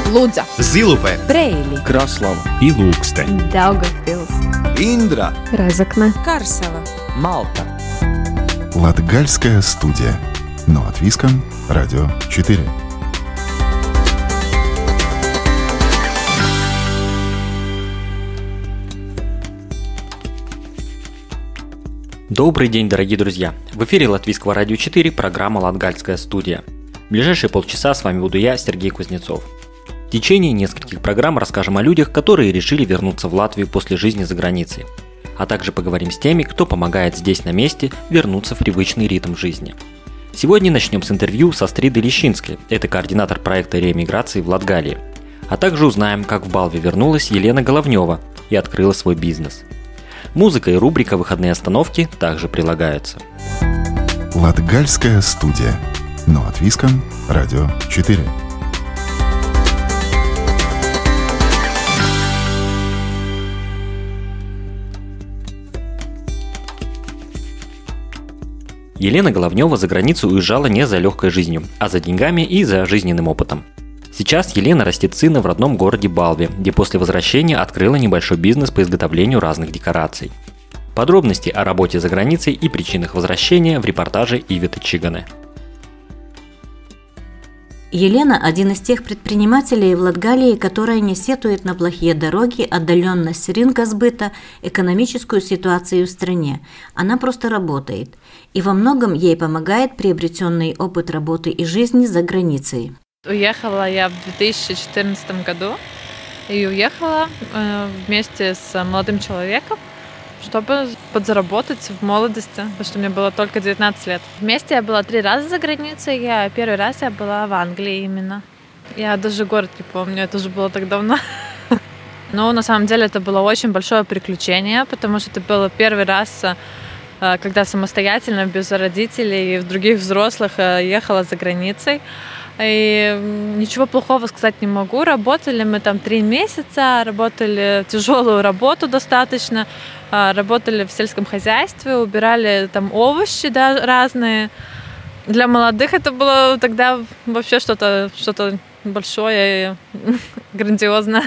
Лудза, Зилупе, Бреили, Краслава и Лукстен, Даугавпилс, Индра, Разокна, Карсела, Малта. Латгальская студия. Но от Виском, Радио 4. Добрый день, дорогие друзья! В эфире Латвийского радио 4, программа «Латгальская студия». В ближайшие полчаса с вами буду я, Сергей Кузнецов. В течение нескольких программ расскажем о людях, которые решили вернуться в Латвию после жизни за границей. А также поговорим с теми, кто помогает здесь на месте вернуться в привычный ритм жизни. Сегодня начнем с интервью со Астриды Лещинской, это координатор проекта реэмиграции в Латгалии. А также узнаем, как в Балве вернулась Елена Головнева и открыла свой бизнес. Музыка и рубрика «Выходные остановки» также прилагаются. Латгальская студия. Но от Виском, Радио 4. Елена Головнева за границу уезжала не за легкой жизнью, а за деньгами и за жизненным опытом. Сейчас Елена растит сына в родном городе Балве, где после возвращения открыла небольшой бизнес по изготовлению разных декораций. Подробности о работе за границей и причинах возвращения в репортаже Ивиты Чигане. Елена – один из тех предпринимателей в Латгалии, которая не сетует на плохие дороги, отдаленность рынка сбыта, экономическую ситуацию в стране. Она просто работает. И во многом ей помогает приобретенный опыт работы и жизни за границей. Уехала я в 2014 году и уехала вместе с молодым человеком, чтобы подзаработать в молодости, потому что мне было только 19 лет. Вместе я была 3 раза за границей, первый раз я была в Англии именно. Я даже город не помню, это уже было так давно. Но на самом деле это было очень большое приключение, потому что это был первый раз, когда самостоятельно, без родителей и других взрослых ехала за границей. И ничего плохого сказать не могу. Работали мы там 3 месяца, работали тяжелую работу достаточно, работали в сельском хозяйстве, убирали там овощи, да, разные. Для молодых это было тогда вообще что-то большое и грандиозное.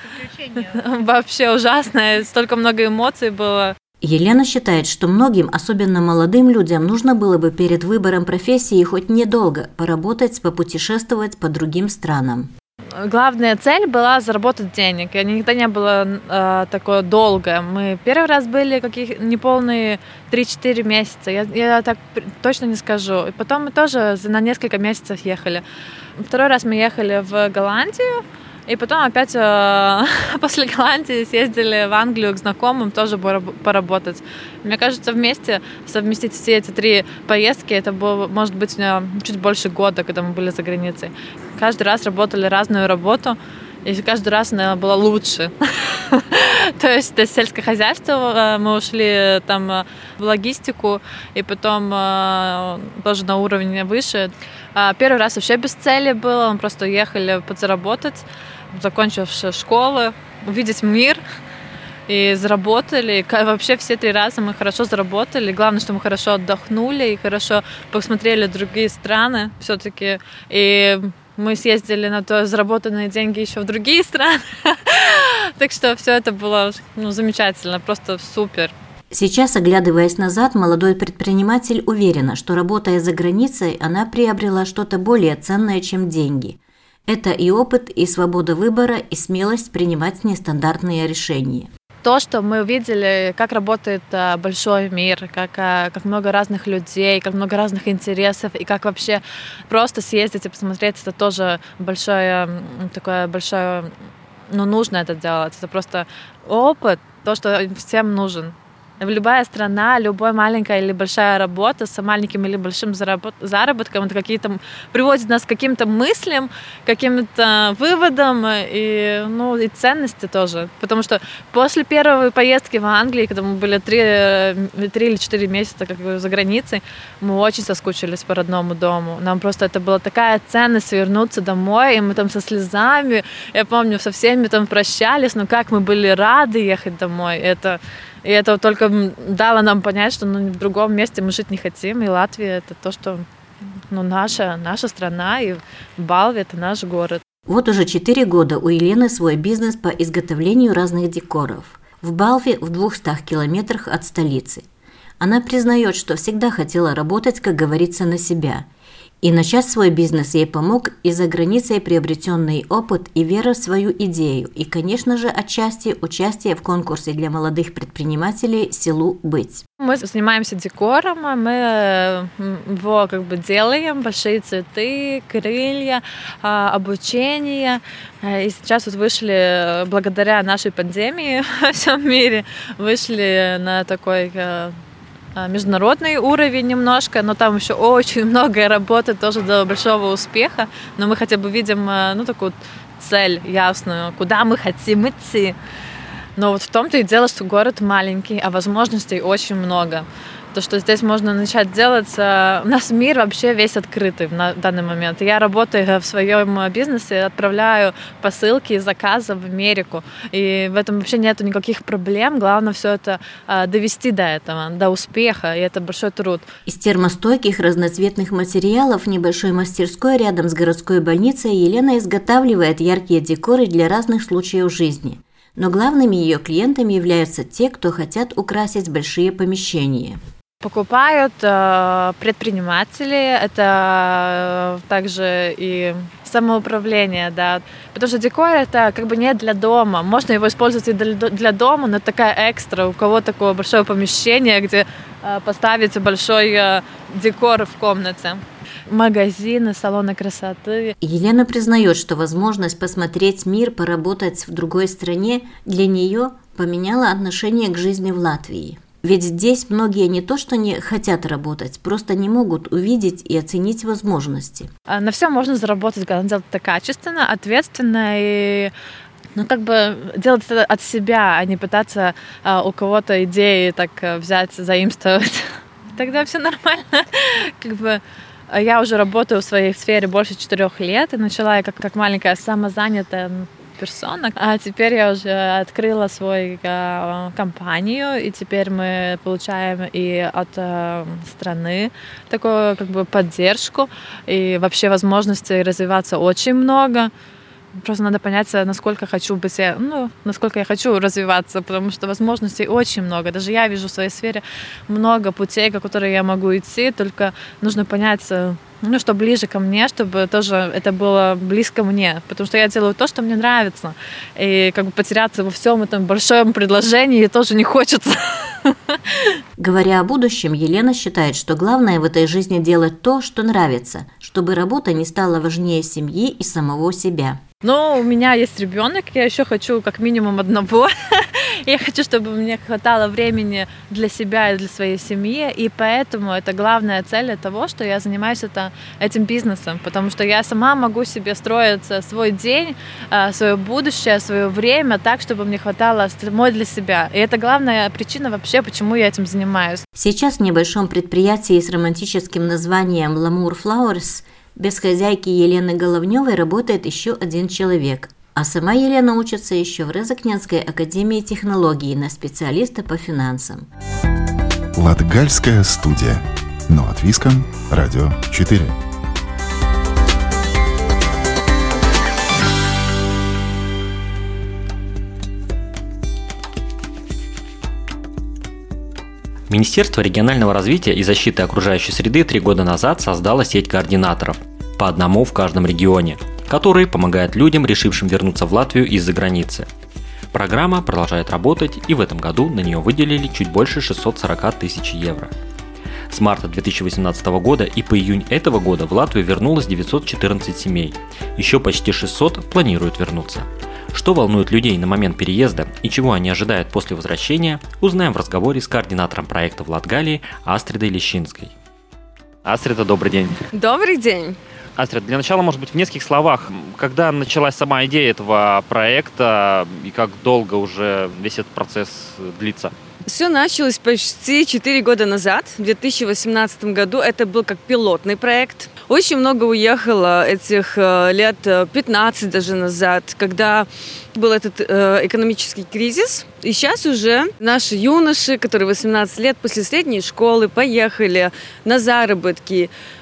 Вообще ужасное, столько много эмоций было. Елена считает, что многим, особенно молодым людям, нужно было бы перед выбором профессии хоть недолго поработать, попутешествовать по другим странам. Главная цель была заработать денег. Я никогда не было такое долго. Мы первый раз были неполные 3-4 месяца. Я так точно не скажу. И потом мы тоже на несколько месяцев ехали. Второй раз мы ехали в Голландию. И потом опять после Голландии съездили в Англию к знакомым тоже поработать. Мне кажется, вместе совместить все эти 3 поездки, это было, может быть, чуть больше года, когда мы были за границей. Каждый раз работали разную работу, и каждый раз она была лучше. То есть до сельского хозяйства мы ушли там в логистику, и потом тоже на уровне выше. Первый раз вообще без цели было, мы просто уехали подзаработать, закончивши школу, увидеть мир, и заработали. Вообще все 3 раза мы хорошо заработали. Главное, что мы хорошо отдохнули и хорошо посмотрели другие страны все-таки. И мы съездили на то заработанные деньги еще в другие страны. Так что все это было замечательно, просто супер. Сейчас, оглядываясь назад, молодой предприниматель уверена, что, работая за границей, она приобрела что-то более ценное, чем деньги. Это и опыт, и свобода выбора, и смелость принимать нестандартные решения. То, что мы увидели, как работает большой мир, как много разных людей, как много разных интересов, и как вообще просто съездить и посмотреть, это тоже большое, нужно это делать. Это просто опыт, то, что всем нужен. Любая страна, любая маленькая или большая работа с маленьким или большим заработком, это приводит нас к каким-то мыслям, каким-то выводам и ценности тоже. Потому что после первой поездки в Англию, когда мы были 3 или 4 месяца за границей, мы очень соскучились по родному дому. Нам просто это была такая ценность вернуться домой, и мы там со слезами, я помню, со всеми там прощались, но как мы были рады ехать домой. И это только дало нам понять, что в другом месте мы жить не хотим. И Латвия – это то, что наша страна, и Балве – это наш город. Вот уже 4 года у Елены свой бизнес по изготовлению разных декоров. В Балве, в 200 километрах от столицы. Она признает, что всегда хотела работать, как говорится, на себя. И начать свой бизнес ей помог и за границей приобретенный опыт и вера в свою идею, и, конечно же, отчасти участие в конкурсе для молодых предпринимателей «Селу быть». Мы занимаемся декором, мы его делаем, большие цветы, крылья, обучение. И сейчас вот вышли, благодаря нашей пандемии во всем мире, вышли на такой международный уровень немножко, но там еще очень многое работы тоже до большого успеха, но мы хотя бы видим, такую цель ясную, куда мы хотим идти. Но вот в том-то и дело, что город маленький, а возможностей очень много. То, что здесь можно начать делать, у нас мир вообще весь открытый на данный момент. Я работаю в своем бизнесе, отправляю посылки и заказы в Америку. И в этом вообще нету никаких проблем. Главное все это довести до этого, до успеха, и это большой труд. Из термостойких разноцветных материалов в небольшой мастерской рядом с городской больницей Елена изготавливает яркие декоры для разных случаев жизни. Но главными ее клиентами являются те, кто хотят украсить большие помещения. Покупают предприниматели, это также и самоуправление, да. Потому что декор это не для дома. Можно его использовать и для дома, но это такая экстра. У кого такое большое помещение, где поставить большой декор в комнате. Магазины, салоны красоты. Елена признает, что возможность посмотреть мир, поработать в другой стране для нее поменяла отношение к жизни в Латвии. Ведь здесь многие не то что не хотят работать, просто не могут увидеть и оценить возможности. На все можно заработать, когда делать это качественно, ответственно и делать это от себя, а не пытаться у кого-то идеи так взять, заимствовать. Тогда все нормально. Я уже работаю в своей сфере больше 4 лет и начала я как маленькая самозанятая персона. А теперь я уже открыла свою компанию, и теперь мы получаем и от страны такую поддержку, и вообще возможностей развиваться очень много. Просто надо понять, насколько я хочу развиваться, потому что возможностей очень много. Даже я вижу в своей сфере много путей, по которым я могу идти, только нужно понять, что ближе ко мне, чтобы тоже это было близко мне, потому что я делаю то, что мне нравится, и потеряться во всем этом большом предложении тоже не хочется. Говоря о будущем, Елена считает, что главное в этой жизни делать то, что нравится, чтобы работа не стала важнее семьи и самого себя. У меня есть ребенок, я еще хочу как минимум одного. Я хочу, чтобы мне хватало времени для себя и для своей семьи, и поэтому это главная цель того, что я занимаюсь этим бизнесом, потому что я сама могу себе строить свой день, свое будущее, свое время так, чтобы мне хватало самой для себя. И это главная причина вообще, почему я этим занимаюсь. Сейчас в небольшом предприятии с романтическим названием «Ламур Flowers» без хозяйки Елены Головневой работает еще один человек. А сама Елена учится еще в Резакненской академии технологий на специалиста по финансам. Латгальская студия. Но от Виском. Радио 4. Министерство регионального развития и защиты окружающей среды 3 года назад создало сеть координаторов, по одному в каждом регионе, которые помогают людям, решившим вернуться в Латвию из-за границы. Программа продолжает работать, и в этом году на нее выделили чуть больше 640 тысяч евро. С марта 2018 года и по июнь этого года в Латвию вернулось 914 семей. Еще почти 600 планируют вернуться. Что волнует людей на момент переезда и чего они ожидают после возвращения, узнаем в разговоре с координатором проекта в Латгалии Астридой Лещинской. Астрида, добрый день. Добрый день. Астрид, для начала, может быть, в нескольких словах, когда началась сама идея этого проекта и как долго уже весь этот процесс длится? Все началось почти 4 года назад, в 2018 году. Это был как пилотный проект. Очень много уехало этих лет 15 даже назад, когда был этот экономический кризис. И сейчас уже наши юноши, которые 18 лет после средней школы, поехали на заработки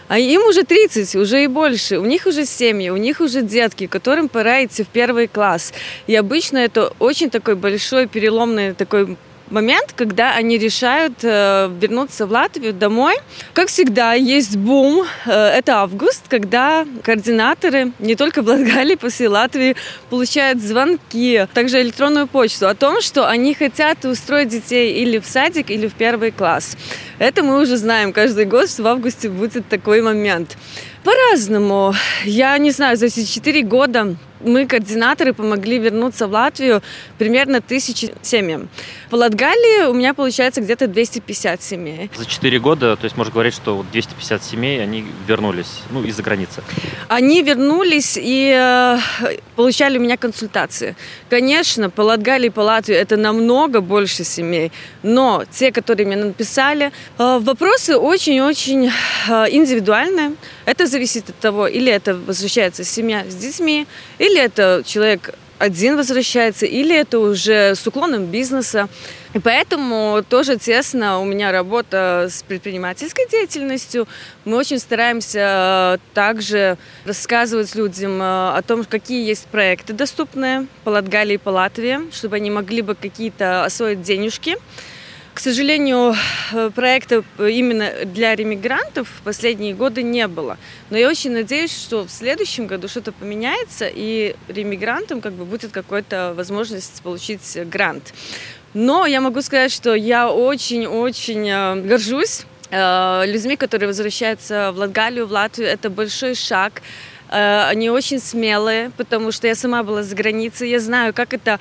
А им уже 30, уже и больше. У них уже семьи, у них уже детки, которым пора идти в 1 класс. И обычно это очень такой большой переломный такой момент, когда они решают вернуться в Латвию домой. Как всегда, есть бум. Это август, когда координаторы не только в Латгалии, по всей Латвии получают звонки, также электронную почту о том, что они хотят устроить детей или в садик, или в 1 класс. Это мы уже знаем каждый год, что в августе будет такой момент. По-разному. Я не знаю, за эти 4 года мы, координаторы, помогли вернуться в Латвию примерно 1000 семьям. В Латгалии у меня получается где-то 250 семей. За 4 года, то есть можно говорить, что 250 семей, они вернулись, из-за границы. Они вернулись и получали у меня консультации. Конечно, по Латгалии, по Латвии это намного больше семей, но те, которые мне написали, вопросы очень-очень индивидуальные. Это зависит от того, или это возвращается семья с детьми, или это человек один возвращается, или это уже с уклоном бизнеса. И поэтому тоже тесно у меня работа с предпринимательской деятельностью. Мы очень стараемся также рассказывать людям о том, какие есть проекты доступные по Латгалии и по Латвии, чтобы они могли бы какие-то освоить денежки. К сожалению, проекта именно для ремигрантов в последние годы не было. Но я очень надеюсь, что в следующем году что-то поменяется, и ремигрантам будет какая-то возможность получить грант. Но я могу сказать, что я очень-очень горжусь людьми, которые возвращаются в Латгалию, в Латвию. Это большой шаг. Они очень смелые, потому что я сама была за границей. Я знаю, как это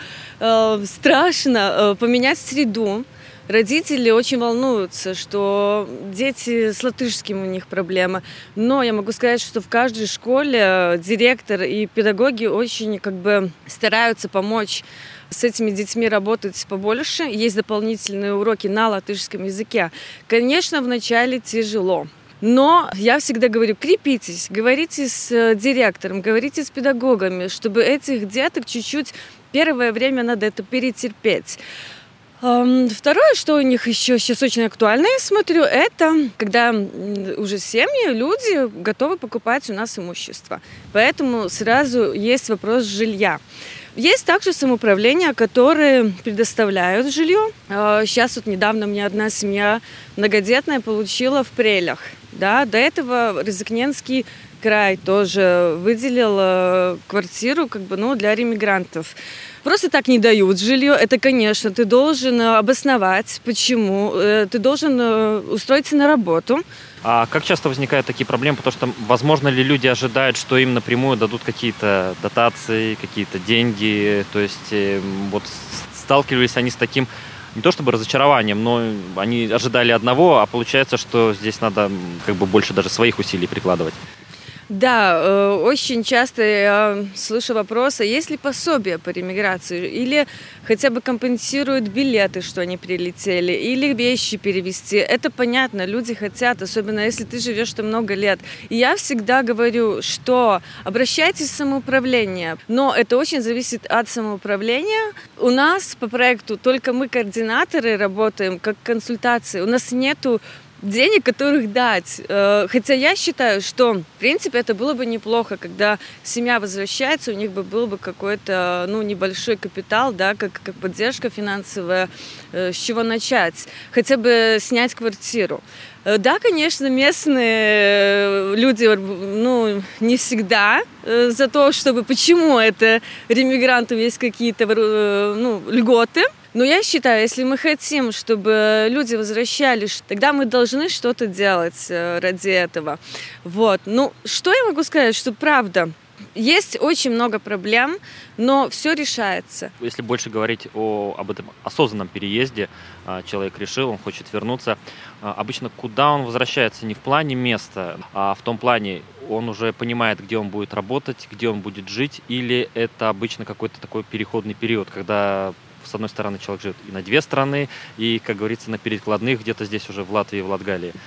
страшно поменять среду. Родители очень волнуются, что дети с латышским у них проблемы. Но я могу сказать, что в каждой школе директор и педагоги очень стараются помочь с этими детьми работать побольше. Есть дополнительные уроки на латышском языке. Конечно, вначале тяжело. Но я всегда говорю, крепитесь, говорите с директором, говорите с педагогами, чтобы этих деток чуть-чуть первое время надо это перетерпеть. Второе, что у них еще сейчас очень актуально, я смотрю, это когда уже семьи, люди готовы покупать у нас имущество. Поэтому сразу есть вопрос жилья. Есть также самоуправления, которые предоставляют жилье. Сейчас недавно мне одна семья многодетная получила в Прелях. Да, до этого Рязыкненский край тоже выделил квартиру для ремигрантов. Просто так не дают жилье. Это, конечно, ты должен обосновать, почему. Ты должен устроиться на работу. А как часто возникают такие проблемы? Потому что, возможно ли люди ожидают, что им напрямую дадут какие-то дотации, какие-то деньги? То есть сталкивались они с таким, не то чтобы разочарованием, но они ожидали одного, а получается, что здесь надо больше даже своих усилий прикладывать. Да, очень часто я слышу вопросы, есть ли пособие по ремиграции, или хотя бы компенсируют билеты, что они прилетели, или вещи перевезти. Это понятно, люди хотят, особенно если ты живешь там много лет. И я всегда говорю, что обращайтесь в самоуправление, но это очень зависит от самоуправления. У нас по проекту только мы, координаторы, работаем как консультации. У нас нету денег, которых дать. Хотя я считаю, что, в принципе, это было бы неплохо, когда семья возвращается, у них был бы какой-то, небольшой капитал, да, как поддержка финансовая, с чего начать. Хотя бы снять квартиру. Да, конечно, местные люди, не всегда за то, чтобы почему это ремигрантам есть какие-то, льготы. Но я считаю, если мы хотим, чтобы люди возвращались, тогда мы должны что-то делать ради этого. Что я могу сказать, что правда, есть очень много проблем, но все решается. Если больше говорить об этом осознанном переезде, человек решил, он хочет вернуться, обычно куда он возвращается? Не в плане места, а в том плане, он уже понимает, где он будет работать, где он будет жить, или это обычно какой-то такой переходный период, когда с одной стороны человек живет и на 2 страны, и, как говорится, на перекладных где-то здесь уже в Латвии и в Латгалии.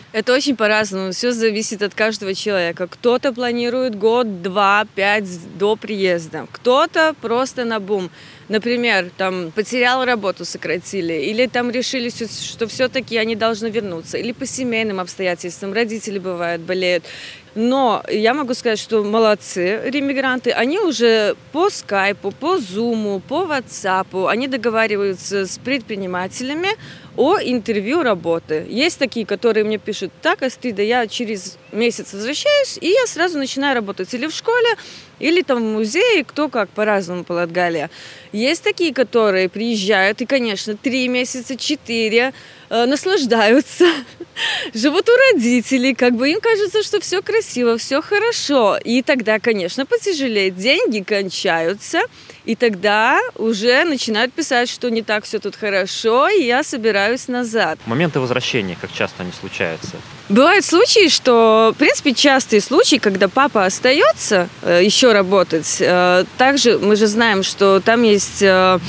Это очень по-разному, все зависит от каждого человека. Кто-то планирует год, 2, 5 до приезда, кто-то просто на бум. Например, там потерял работу, сократили, или там решили, что все-таки они должны вернуться, или по семейным обстоятельствам, родители бывают, болеют. Но я могу сказать, что молодцы ремигранты, они уже по скайпу, по зуму, по ватсапу, они договариваются с предпринимателями о интервью работы. Есть такие, которые мне пишут: так, Астрида, я через месяц возвращаюсь, и я сразу начинаю работать или в школе, или там в музее, кто как, по-разному по Латгалии. Есть такие, которые приезжают и, конечно, 3 месяца, 4, наслаждаются, живут у родителей, как бы им кажется, что все красиво, все хорошо. И тогда, конечно, потяжелеет, деньги кончаются, и тогда уже начинают писать, что не так все тут хорошо, и я собираюсь назад. Моменты возвращения, как часто они случаются? Бывают случаи, что, в принципе, частые случаи, когда папа остается еще работать. Также мы же знаем, что там есть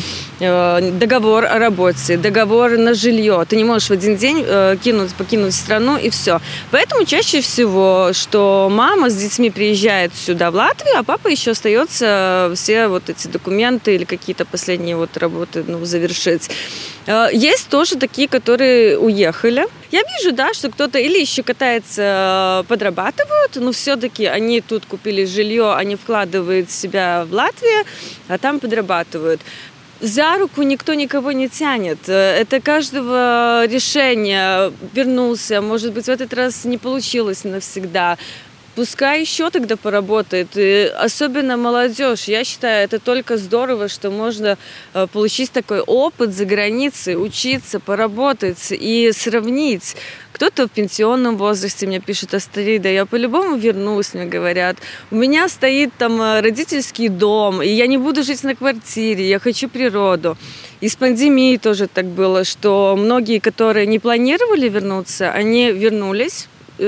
договор о работе, договор на жилье. Ты не можешь в один день покинуть страну, и все. Поэтому чаще всего, что мама с детьми приезжает сюда, в Латвию, а папа еще остается все вот эти документы или какие-то последние вот работы завершить. Есть тоже такие, которые уехали. Я вижу, да, что кто-то или еще катается, подрабатывают, но все-таки они тут купили жилье, они вкладывают себя в Латвию, а там подрабатывают. За руку никто никого не тянет. Это каждого решение. Вернулся, может быть, в этот раз не получилось навсегда. Пускай еще тогда поработает. И особенно молодежь. Я считаю, это только здорово, что можно получить такой опыт за границей, учиться, поработать и сравнить. Кто-то в пенсионном возрасте мне пишет: Астрида, я по-любому вернусь, мне говорят. У меня стоит там родительский дом, и я не буду жить на квартире, я хочу природу. И с пандемией тоже так было, что многие, которые не планировали вернуться, они вернулись.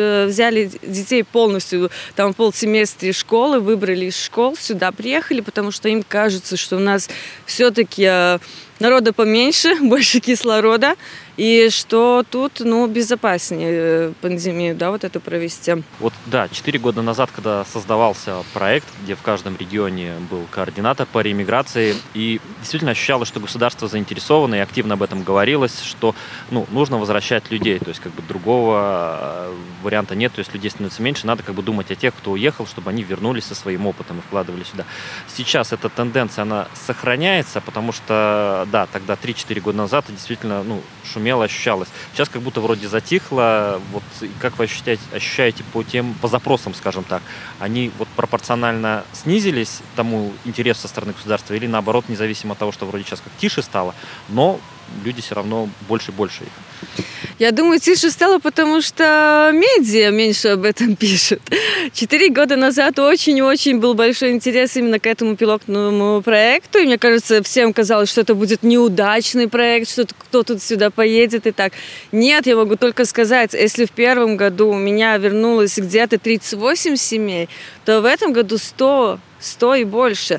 Взяли детей полностью, там полсеместра школы, выбрали из школ, сюда приехали, потому что им кажется, что у нас все-таки народа поменьше, больше кислорода, и что тут, безопаснее пандемию, вот это провести. Вот, да, 4 года назад, когда создавался проект, где в каждом регионе был координатор по реэмиграции, и действительно ощущалось, что государство заинтересовано, и активно об этом говорилось, что, нужно возвращать людей, то есть, другого варианта нет, то есть, людей становится меньше, надо, думать о тех, кто уехал, чтобы они вернулись со своим опытом и вкладывали сюда. Сейчас эта тенденция, она сохраняется, потому что, да, тогда 3-4 года назад это действительно, шумело, ощущалось. Сейчас как будто вроде затихло. Вот как вы ощущаете по запросам, скажем так, они вот пропорционально снизились тому интересу со стороны государства или наоборот, независимо от того, что вроде сейчас как тише стало, но люди все равно больше и больше их? Я думаю, тише стало, потому что медиа меньше об этом пишут. 4 года назад очень-очень был большой интерес именно к этому пилотному проекту. И мне кажется, всем казалось, что это будет неудачный проект, что кто тут сюда поедет и так. Нет, я могу только сказать, если в первом году у меня вернулось где-то 38 семей, то в этом году 100 и больше.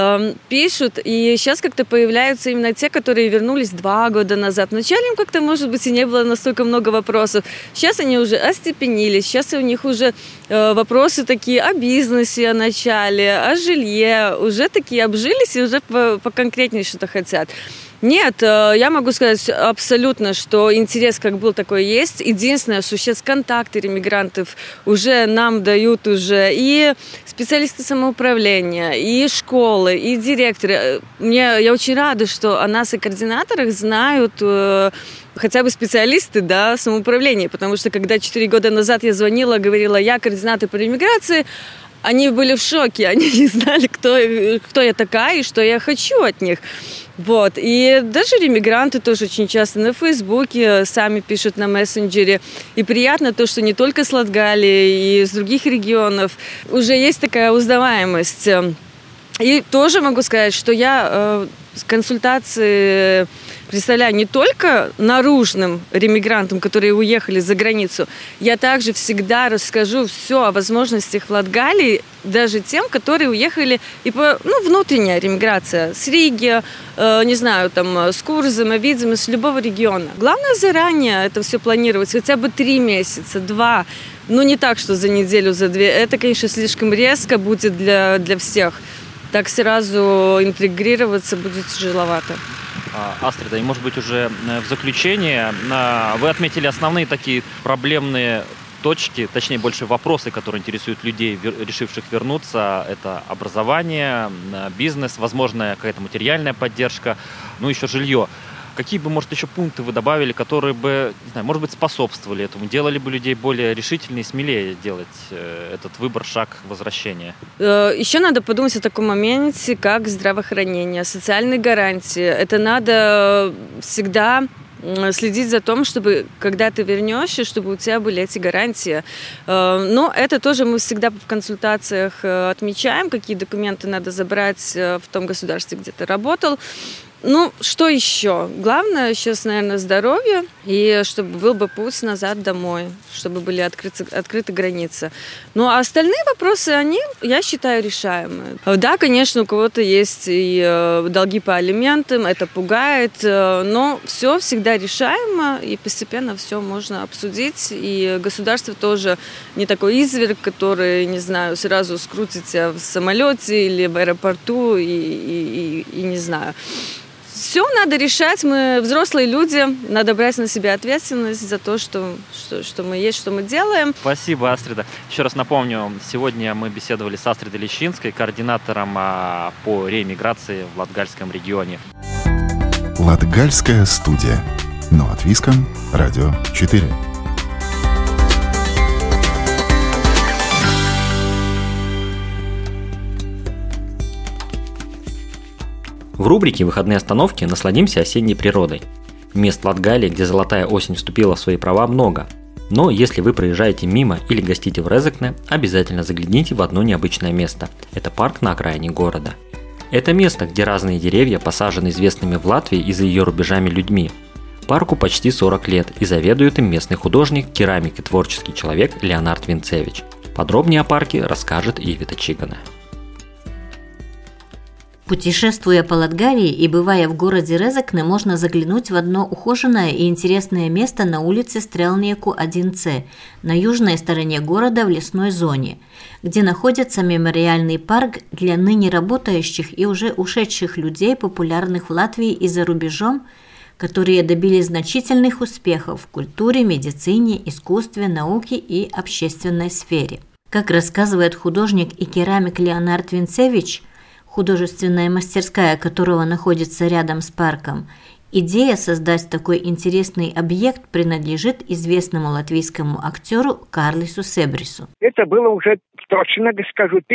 Пишут, и сейчас как-то появляются именно те, которые вернулись 2 года назад. Вначале им как-то, может быть, и не было настолько много вопросов. Сейчас они уже остепенились, сейчас у них уже вопросы такие о бизнесе, о начале, о жилье, уже такие обжились и уже поконкретнее что-то хотят. Нет, я могу сказать абсолютно, что интерес как был, такой есть. Единственное, что сейчас контакты ремигрантов уже нам дают уже и специалисты самоуправления, и школы, и директоры. Я очень рада, что о нас и координаторах знают хотя бы специалисты, самоуправления. Потому что когда 4 года назад я звонила, говорила, я координатор по ремиграции, они были в шоке, они не знали, кто я такая и что я хочу от них. Вот. И даже ремигранты тоже очень часто на Фейсбуке сами пишут на мессенджере. И приятно то, что не только с Латгалии, и из других регионов уже есть такая узнаваемость. И тоже могу сказать, что я консультации представляю не только наружным ремигрантам, которые уехали за границу, я также всегда расскажу все о возможностях в Латгалии, даже тем, которые уехали и по внутренняя ремиграция с Риги, не знаю, там, с Курзом, Видзем, с любого региона. Главное заранее это все планировать, хотя бы 3 месяца, 2. Не так, что за неделю, за 2. Это, конечно, слишком резко будет для всех. Так сразу интегрироваться будет тяжеловато. Астрида, и, может быть, уже в заключение вы отметили основные такие проблемные точки, точнее, больше вопросы, которые интересуют людей, решивших вернуться. Это образование, бизнес, возможная какая-то материальная поддержка, еще жилье. Какие бы, может, еще пункты вы добавили, которые бы, не знаю, может быть, способствовали этому, делали бы людей более решительнее и смелее делать этот выбор, шаг возвращения? Еще надо подумать о таком моменте, как здравоохранение, социальные гарантии. Это надо всегда следить за тем, чтобы, когда ты вернешься, чтобы у тебя были эти гарантии. Но это тоже мы всегда в консультациях отмечаем, какие документы надо забрать в том государстве, где ты работал. Что еще? Главное сейчас, наверное, здоровье, и чтобы был бы путь назад домой, чтобы были открыты границы. А остальные вопросы, они, я считаю, решаемые. Да, конечно, у кого-то есть и долги по алиментам, это пугает, но все всегда решаемо, и постепенно все можно обсудить, и государство тоже не такой изверг, который, не знаю, сразу скрутит тебя в самолете или в аэропорту, и не знаю. Все надо решать, мы взрослые люди, надо брать на себя ответственность за то, что мы есть, что мы делаем. Спасибо, Астрида. Еще раз напомню, сегодня мы беседовали с Астридой Лещинской, координатором по реэмиграции в Латгальском регионе. Латгальская студия. Но от Виском, Радио 4. В рубрике «Выходные остановки» насладимся осенней природой. Мест Латгалии, где золотая осень вступила в свои права, много. Но если вы проезжаете мимо или гостите в Резекне, обязательно загляните в одно необычное место. Это парк на окраине города. Это место, где разные деревья посажены известными в Латвии и за ее рубежами людьми. Парку почти 40 лет, и заведует им местный художник, керамик и творческий человек Леонард Винцевич. Подробнее о парке расскажет Ивита Чигана. Путешествуя по Латгалии и бывая в городе Резекне, можно заглянуть в одно ухоженное и интересное место на улице Стрелниеку 1С, на южной стороне города в лесной зоне, где находится мемориальный парк для ныне работающих и уже ушедших людей, популярных в Латвии и за рубежом, которые добились значительных успехов в культуре, медицине, искусстве, науке и общественной сфере. Как рассказывает художник и керамик Леонард Винцевич, художественная мастерская которого находится рядом с парком, идея создать такой интересный объект принадлежит известному латвийскому актеру Карлису Себрису. Это было уже, точно скажу, в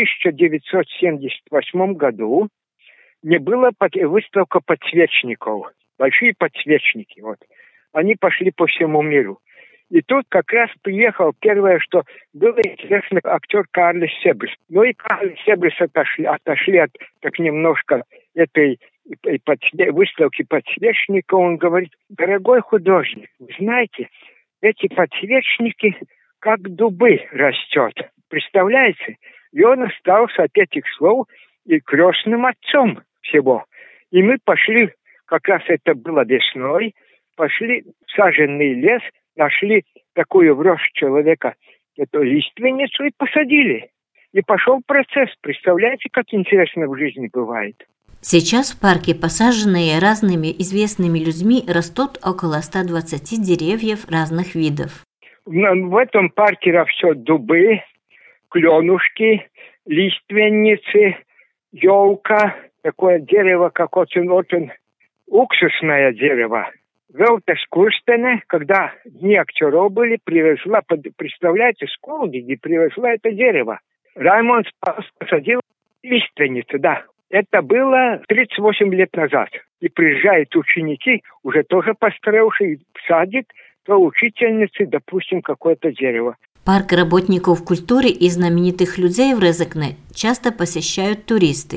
1978 году. Не было выставка подсвечников, большие подсвечники. Они пошли по всему миру. И тут как раз приехал первое, что был интересный актер Карлис Себрис. И Карлис Себрис отошли от так немножко этой выставки подсвечника. Он говорит: дорогой художник, вы знаете, эти подсвечники как дубы растет. Представляете? И он остался от этих слов и крестным отцом всего. И мы пошли, как раз это было весной, пошли в саженный лес, нашли такую в рост человека, эту лиственницу, и посадили. И пошел процесс. Представляете, как интересно в жизни бывает. Сейчас в парке, посаженные разными известными людьми, растут около 120 деревьев разных видов. В этом парке растут дубы, кленушки, лиственницы, елка, такое дерево, как очень уксусное дерево. Велтескурстене, когда дни актеров были, привезла, представляете, с Колдиги привезла это дерево. Раймонд посадил лиственницу, да. Это было 38 лет назад. И приезжают ученики, уже тоже постаревшие, садят то учительницы, допустим, какое-то дерево. Парк работников культуры и знаменитых людей в Резекне часто посещают туристы.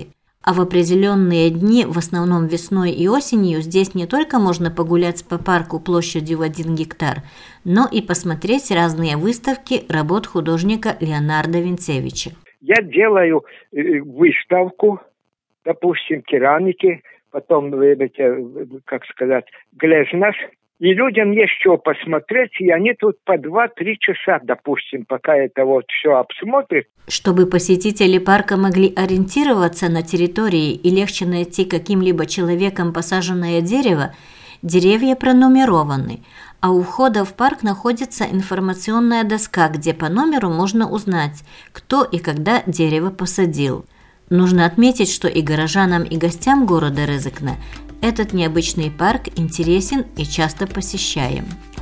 А в определенные дни, в основном весной и осенью, здесь не только можно погулять по парку площадью в 1 гектар, но и посмотреть разные выставки работ художника Леонардо Винцевича. Я делаю выставку, допустим, керамики, потом, как сказать, глезнос. И людям есть что посмотреть, и они тут по 2-3 часа, допустим, пока это вот все обсмотрят. Чтобы посетители парка могли ориентироваться на территории и легче найти каким-либо человеком посаженное дерево, деревья пронумерованы, а у входа в парк находится информационная доска, где по номеру можно узнать, кто и когда дерево посадил. Нужно отметить, что и горожанам, и гостям города Рызыкне этот необычный парк интересен и часто посещаем.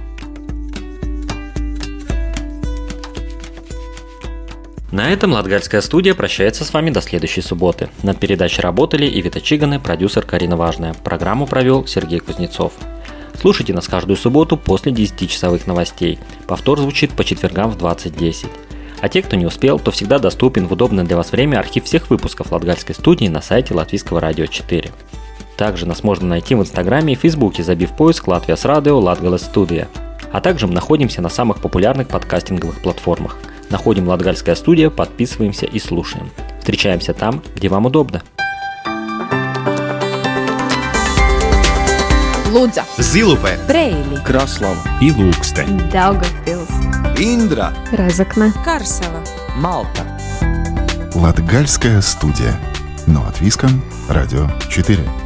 На этом Латгальская студия прощается с вами до следующей субботы. Над передачей работали Ивита Чиганы, продюсер Карина Важная. Программу провел Сергей Кузнецов. Слушайте нас каждую субботу после 10-часовых новостей. Повтор звучит по четвергам в 20:10. А те, кто не успел, то всегда доступен в удобное для вас время архив всех выпусков Латгальской студии на сайте Латвийского радио 4. Также нас можно найти в Инстаграме и Фейсбуке, забив поиск «Латвияс радио Латгалес студия». А также мы находимся на самых популярных подкастинговых платформах. Находим Латгальская студия, подписываемся и слушаем. Встречаемся там, где вам удобно. Лудза, Зилупе, Брейли, Краслава и Лукстен, Даугавпилс, Индра, Разокна, Карсела, Малта. Латгальская студия. Но от Виском, Радио 4.